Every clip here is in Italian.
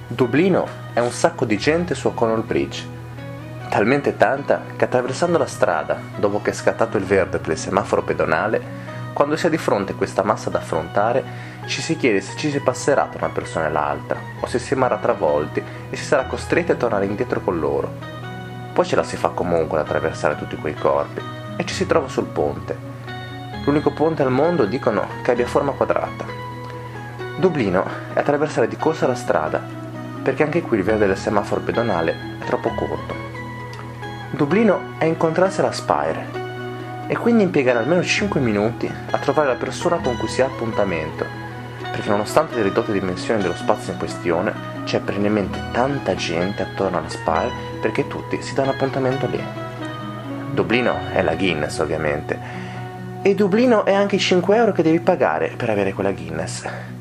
Dublino è un sacco di gente su O'Connell Bridge, talmente tanta che attraversando la strada, dopo che è scattato il verde per il semaforo pedonale, quando si ha di fronte questa massa da affrontare, ci si chiede se ci si passerà tra una persona e l'altra, o se si rimarrà travolti e si sarà costretti a tornare indietro con loro. Poi ce la si fa comunque ad attraversare tutti quei corpi, e ci si trova sul ponte. L'unico ponte al mondo dicono che abbia forma quadrata. Dublino è attraversare di corsa la strada, perché anche qui il verde del semaforo pedonale è troppo corto. Dublino è incontrarsi alla Spire, e quindi impiegare almeno 5 minuti a trovare la persona con cui si ha appuntamento, perché nonostante le ridotte dimensioni dello spazio in questione, c'è perennemente tanta gente attorno alla Spire perché tutti si danno appuntamento lì. Dublino è la Guinness, ovviamente, e Dublino è anche i 5 euro che devi pagare per avere quella Guinness.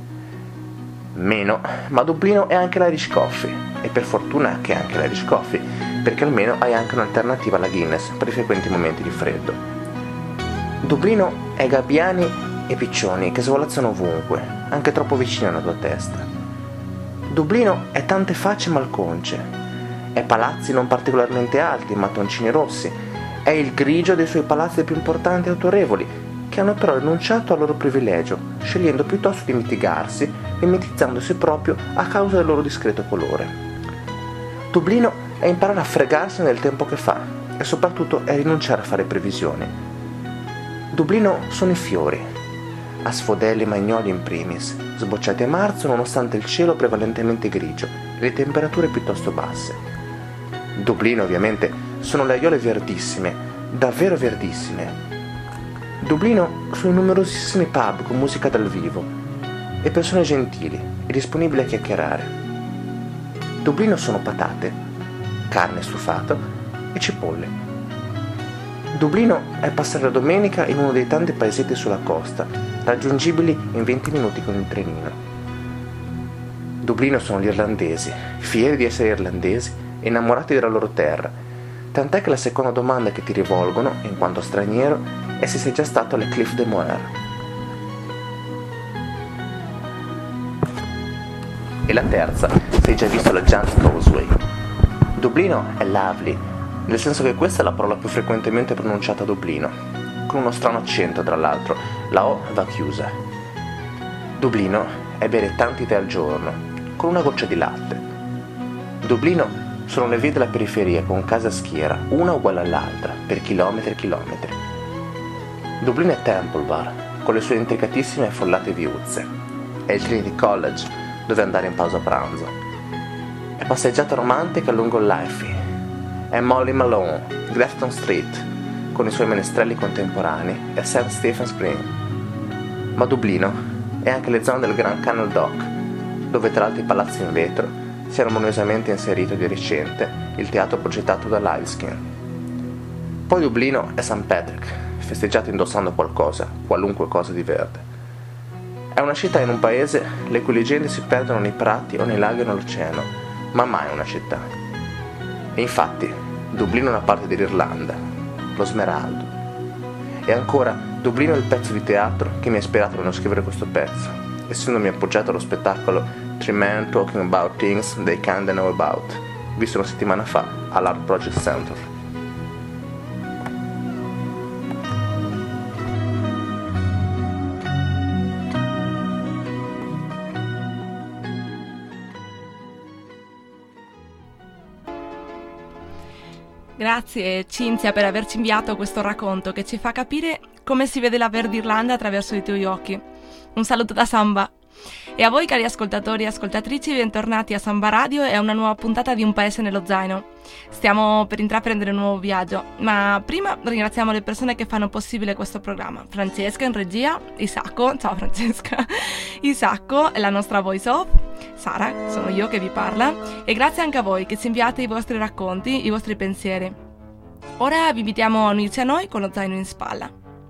Meno, ma Dublino è anche l'Irish Coffee, e per fortuna che è anche l'Irish Coffee, perché almeno hai anche un'alternativa alla Guinness per i frequenti momenti di freddo. Dublino è gabbiani e piccioni che svolazzano ovunque, anche troppo vicino alla tua testa. Dublino è tante facce malconce, è palazzi non particolarmente alti, mattoncini rossi, è il grigio dei suoi palazzi più importanti e autorevoli, che hanno però rinunciato al loro privilegio, scegliendo piuttosto di mitigarsi, mimetizzandosi proprio a causa del loro discreto colore. Dublino è imparare a fregarsi del tempo che fa, e soprattutto è rinunciare a fare previsioni. Dublino sono i fiori, asfodeli e magnoli in primis, sbocciati a marzo nonostante il cielo prevalentemente grigio e le temperature piuttosto basse. Dublino ovviamente sono le aiole verdissime, davvero verdissime. Dublino sono i numerosissimi pub con musica dal vivo e persone gentili e disponibili a chiacchierare. Dublino sono patate, carne stufata e cipolle. Dublino è passare la domenica in uno dei tanti paesetti sulla costa, raggiungibili in 20 minuti con il trenino. Dublino sono gli irlandesi, fieri di essere irlandesi e innamorati della loro terra, tant'è che la seconda domanda che ti rivolgono, in quanto straniero, è se sei già stato alle Cliff de Moher. E la terza, se hai già visto la Giant's Causeway. Dublino è lovely, nel senso che questa è la parola più frequentemente pronunciata a Dublino, con uno strano accento tra l'altro, la O va chiusa. Dublino è bere tanti tè al giorno, con una goccia di latte. Dublino sono le vie della periferia con case a schiera, una uguale all'altra, per chilometri e chilometri. Dublino è Temple Bar, con le sue intricatissime e affollate viuzze. È il Trinity College, dove andare in pausa pranzo. È passeggiata romantica lungo il Liffey. È Molly Malone, Grafton Street, con i suoi menestrelli contemporanei, e St. Stephen's Green. Ma Dublino è anche le zone del Grand Canal Dock, dove tra altri palazzi in vetro si è armoniosamente inserito di recente il teatro progettato da Libeskind. Poi Dublino è St. Patrick, festeggiato indossando qualcosa, qualunque cosa di verde. È una città in un paese le cui leggende si perdono nei prati o nei laghi o nell'oceano, ma mai una città. E infatti, Dublino è una parte dell'Irlanda, lo Smeraldo. E ancora, Dublino è il pezzo di teatro che mi ha ispirato nello scrivere questo pezzo, essendomi appoggiato allo spettacolo Three Men Talking About Things They Kinda Know About, visto una settimana fa all'Art Project Center. Grazie Cinzia per averci inviato questo racconto che ci fa capire come si vede la Verde Irlanda attraverso i tuoi occhi. Un saluto da Samba. E a voi cari ascoltatori e ascoltatrici, bentornati a Samba Radio e a una nuova puntata di Un Paese nello Zaino. Stiamo per intraprendere un nuovo viaggio, ma prima ringraziamo le persone che fanno possibile questo programma. Francesca in regia, Isacco, ciao Francesca, Isacco è la nostra voice off, Sara, sono io che vi parla, e grazie anche a voi che ci inviate i vostri racconti, i vostri pensieri. Ora vi invitiamo a unirci a noi con lo zaino in spalla.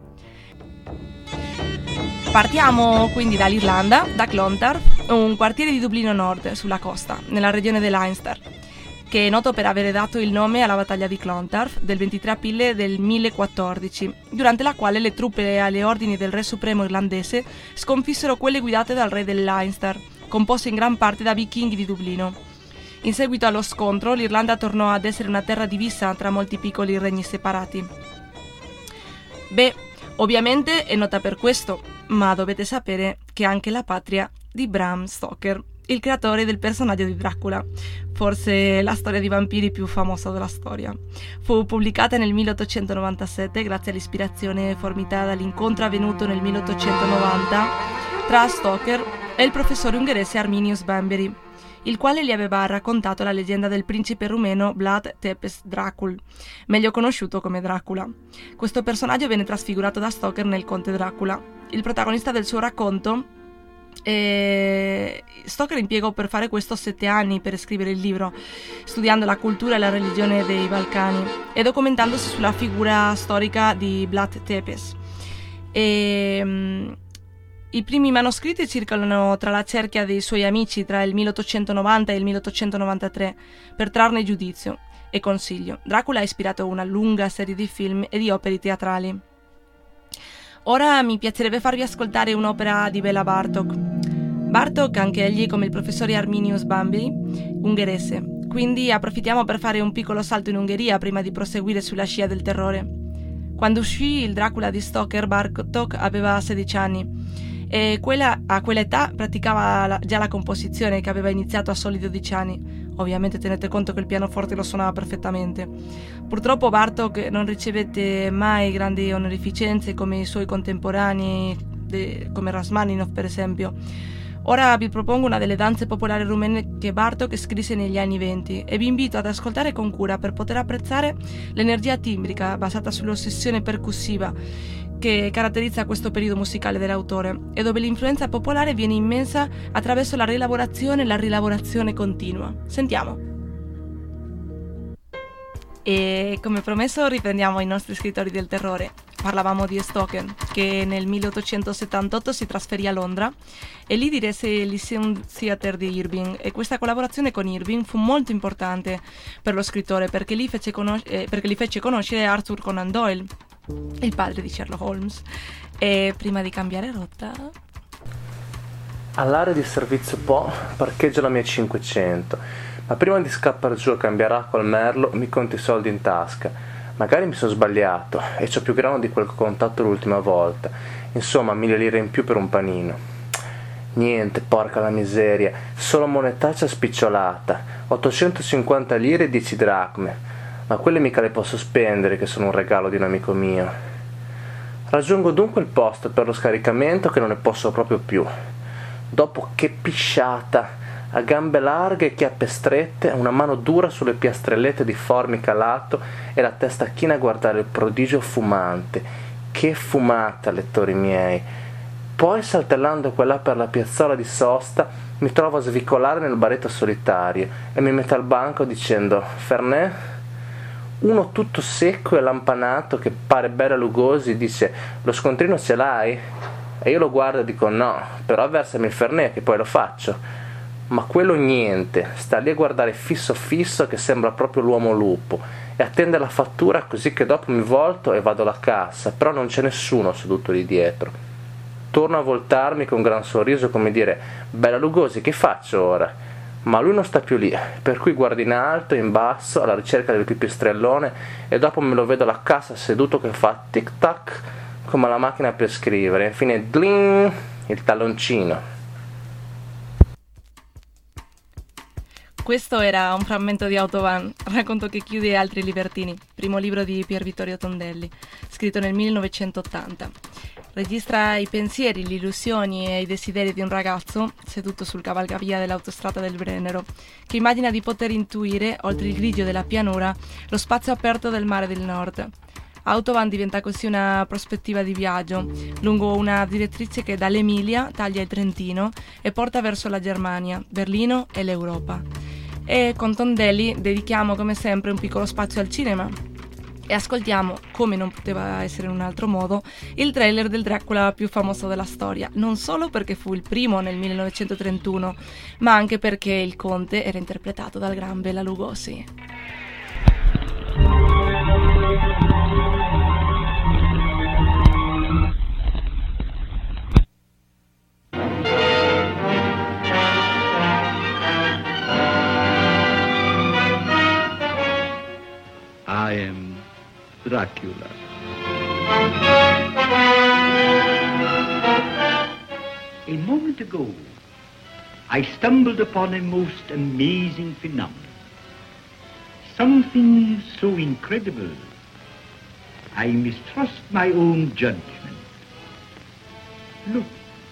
Partiamo quindi dall'Irlanda, da Clontarf, un quartiere di Dublino Nord, sulla costa, nella regione dell'Ulster, che è noto per aver dato il nome alla battaglia di Clontarf del 23 aprile del 1014, durante la quale le truppe alle ordini del re supremo irlandese sconfissero quelle guidate dal re dell'Ulster, composto in gran parte da vichinghi di Dublino. In seguito allo scontro, l'Irlanda tornò ad essere una terra divisa tra molti piccoli regni separati. Beh, ovviamente è nota per questo, ma dovete sapere che è anche la patria di Bram Stoker, il creatore del personaggio di Dracula, forse la storia di vampiri più famosa della storia. Fu pubblicata nel 1897 grazie all'ispirazione fornita dall'incontro avvenuto nel 1890 tra Stoker e il professore ungherese Arminius Bambery, il quale gli aveva raccontato la leggenda del principe rumeno Vlad Tepes Dracul, meglio conosciuto come Dracula. Questo personaggio venne trasfigurato da Stoker nel Conte Dracula. Il protagonista del suo racconto Stoker impiegò per fare questo 7 anni per scrivere il libro, studiando la cultura e la religione dei Balcani e documentandosi sulla figura storica di Vlad Tepes. I primi manoscritti circolano tra la cerchia dei suoi amici tra il 1890 e il 1893 per trarne giudizio e consiglio. Dracula ha ispirato una lunga serie di film e di opere teatrali. Ora mi piacerebbe farvi ascoltare un'opera di Béla Bartók. Bartók, anche egli come il professore Arminius Bambery, ungherese. Quindi approfittiamo per fare un piccolo salto in Ungheria prima di proseguire sulla scia del terrore. Quando uscì il Dracula di Stoker, Bartók aveva 16 anni e a quell'età praticava già la composizione, che aveva iniziato a soli 12 anni. Ovviamente tenete conto che il pianoforte lo suonava perfettamente. Purtroppo Bartók non ricevette mai grandi onorificenze come i suoi contemporanei, come Rachmaninov per esempio. Ora vi propongo una delle danze popolari rumene che Bartók scrisse negli anni 20 e vi invito ad ascoltare con cura per poter apprezzare l'energia timbrica basata sull'ossessione percussiva che caratterizza questo periodo musicale dell'autore e dove l'influenza popolare viene immensa attraverso la rielaborazione e la rilavorazione continua. Sentiamo. E come promesso riprendiamo i nostri scrittori del terrore. Parlavamo di Stoker, che nel 1878 si trasferì a Londra e lì diresse il Lyceum Theatre di Irving, e questa collaborazione con Irving fu molto importante per lo scrittore perché gli fece conoscere Arthur Conan Doyle, il padre di Sherlock Holmes. E prima di cambiare rotta... All'area di servizio Po parcheggio la mia 500, ma prima di scappare giù a cambiare acqua al merlo mi conto i soldi in tasca. Magari mi sono sbagliato e c'ho più grano di quel che ho contato l'ultima volta. Insomma, 1000 lire in più per un panino. Niente, porca la miseria, solo monetaccia spicciolata. 850 lire e 10 dracme. Ma quelle mica le posso spendere, che sono un regalo di un amico mio. Raggiungo dunque il posto per lo scaricamento che non ne posso proprio più. Dopo che pisciata, a gambe larghe e chiappe strette, una mano dura sulle piastrellette di formica a lato e la testa china a guardare il prodigio fumante. Che fumata, lettori miei! Poi, saltellando qua e là per la piazzola di sosta, mi trovo a svicolare nel baretto solitario e mi metto al banco dicendo «Fernet?» Uno tutto secco e lampanato che pare bello Lugosi dice «Lo scontrino ce l'hai?» E io lo guardo e dico «No, però versami il Fernet che poi lo faccio». Ma quello niente, sta lì a guardare fisso fisso che sembra proprio l'uomo lupo e attende la fattura, così che dopo mi volto e vado alla cassa, però non c'è nessuno seduto lì dietro. Torno a voltarmi con un gran sorriso come dire «Bella Lugosi, che faccio ora?» Ma lui non sta più lì, per cui guardo in alto e in basso alla ricerca del pipistrellone e dopo me lo vedo alla cassa seduto che fa tic tac come la macchina per scrivere e infine dling il talloncino. Questo era un frammento di Autobahn, racconto che chiude Altri libertini, primo libro di Pier Vittorio Tondelli, scritto nel 1980. Registra i pensieri, le illusioni e i desideri di un ragazzo seduto sul cavalcavia dell'autostrada del Brennero, che immagina di poter intuire, oltre il grigio della pianura, lo spazio aperto del mare del nord. Autobahn diventa così una prospettiva di viaggio, lungo una direttrice che dall'Emilia taglia il Trentino e porta verso la Germania, Berlino e l'Europa. E con Tondelli dedichiamo come sempre un piccolo spazio al cinema e ascoltiamo, come non poteva essere in un altro modo, il trailer del Dracula più famoso della storia, non solo perché fu il primo nel 1931, ma anche perché il conte era interpretato dal gran Bela Lugosi. Dracula. A moment ago, I stumbled upon a most amazing phenomenon. Something so incredible, I mistrust my own judgment. Look.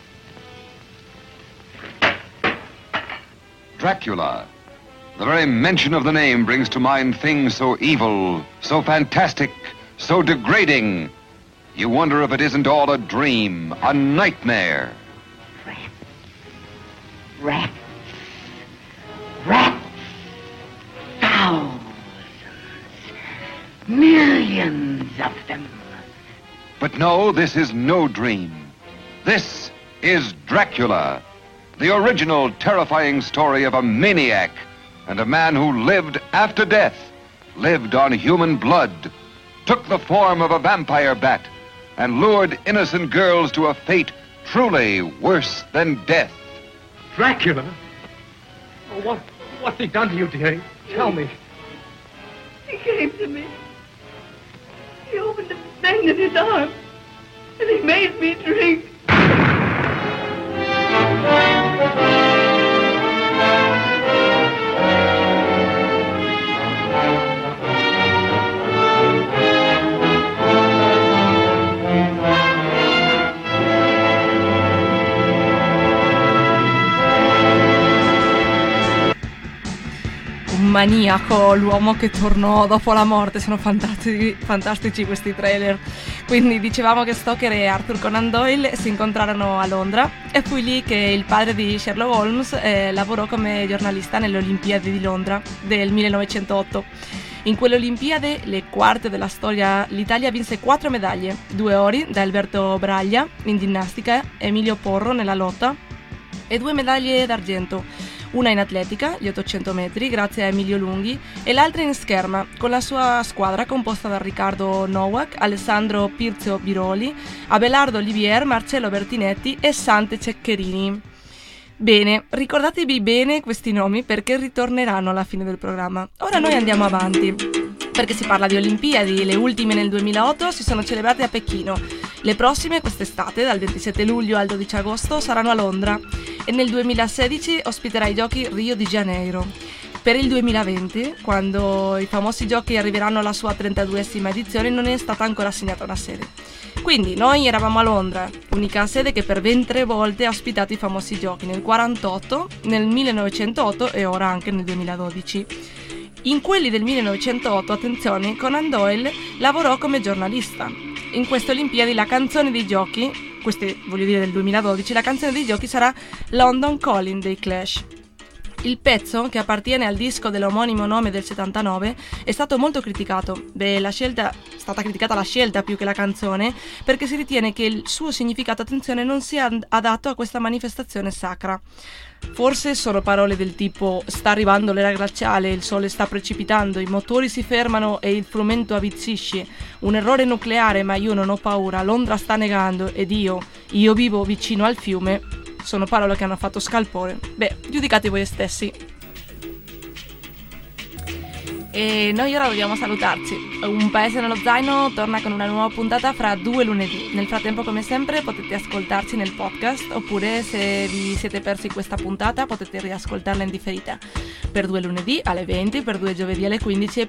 Dracula. The very mention of the name brings to mind things so evil, so fantastic, so degrading. You wonder if it isn't all a dream, a nightmare. Rats. Rats. Thousands. Millions of them. But no, this is no dream. This is Dracula, the original terrifying story of a maniac and a man who lived after death, lived on human blood, took the form of a vampire bat, and lured innocent girls to a fate truly worse than death. Dracula? Oh, what's he done to you, dearie? Tell me. He came to me. He opened the thing in his arm, and he made me drink. Maniaco, l'uomo che tornò dopo la morte. Sono fantastici questi trailer. Quindi dicevamo che Stoker e Arthur Conan Doyle si incontrarono a Londra e fu lì che il padre di Sherlock Holmes lavorò come giornalista nelle Olimpiadi di Londra del 1908. In quelle Olimpiadi, le quarte della storia, l'Italia vinse 4 medaglie, 2 ori da Alberto Braglia in ginnastica, Emilio Porro nella lotta e 2 medaglie d'argento. Una in atletica, gli 800 metri, grazie a Emilio Lunghi, e l'altra in scherma, con la sua squadra composta da Riccardo Nowak, Alessandro Pirzio Biroli, Abelardo Olivier, Marcello Bertinetti e Sante Ceccherini. Bene, ricordatevi bene questi nomi perché ritorneranno alla fine del programma. Ora noi andiamo avanti, perché si parla di Olimpiadi. Le ultime nel 2008 si sono celebrate a Pechino. Le prossime quest'estate, dal 27 luglio al 12 agosto, saranno a Londra e nel 2016 ospiterà i giochi Rio di Janeiro. Per il 2020, quando i famosi giochi arriveranno alla sua 32esima edizione, non è stata ancora assegnata una sede. Quindi noi eravamo a Londra, unica sede che per 23 volte ha ospitato i famosi giochi, nel 48, nel 1908 e ora anche nel 2012. In quelli del 1908, attenzione, Conan Doyle lavorò come giornalista. In queste Olimpiadi la canzone dei giochi, queste voglio dire del 2012, la canzone dei giochi sarà London Calling dei Clash. Il pezzo, che appartiene al disco dell'omonimo nome del 79, è stato molto criticato. È stata criticata la scelta più che la canzone, perché si ritiene che il suo significato, attenzione, non sia adatto a questa manifestazione sacra. Forse sono parole del tipo sta arrivando l'era glaciale, il sole sta precipitando, i motori si fermano e il frumento avvizzisce, un errore nucleare ma io non ho paura, Londra sta negando ed io vivo vicino al fiume. Sono parole che hanno fatto scalpore. Beh, giudicate voi stessi. E noi ora dobbiamo salutarci. Un paese nello zaino torna con una nuova puntata fra 2 lunedì. Nel frattempo, come sempre, potete ascoltarci nel podcast, oppure se vi siete persi questa puntata potete riascoltarla in differita per 2 lunedì alle 20, per 2 giovedì alle 15 e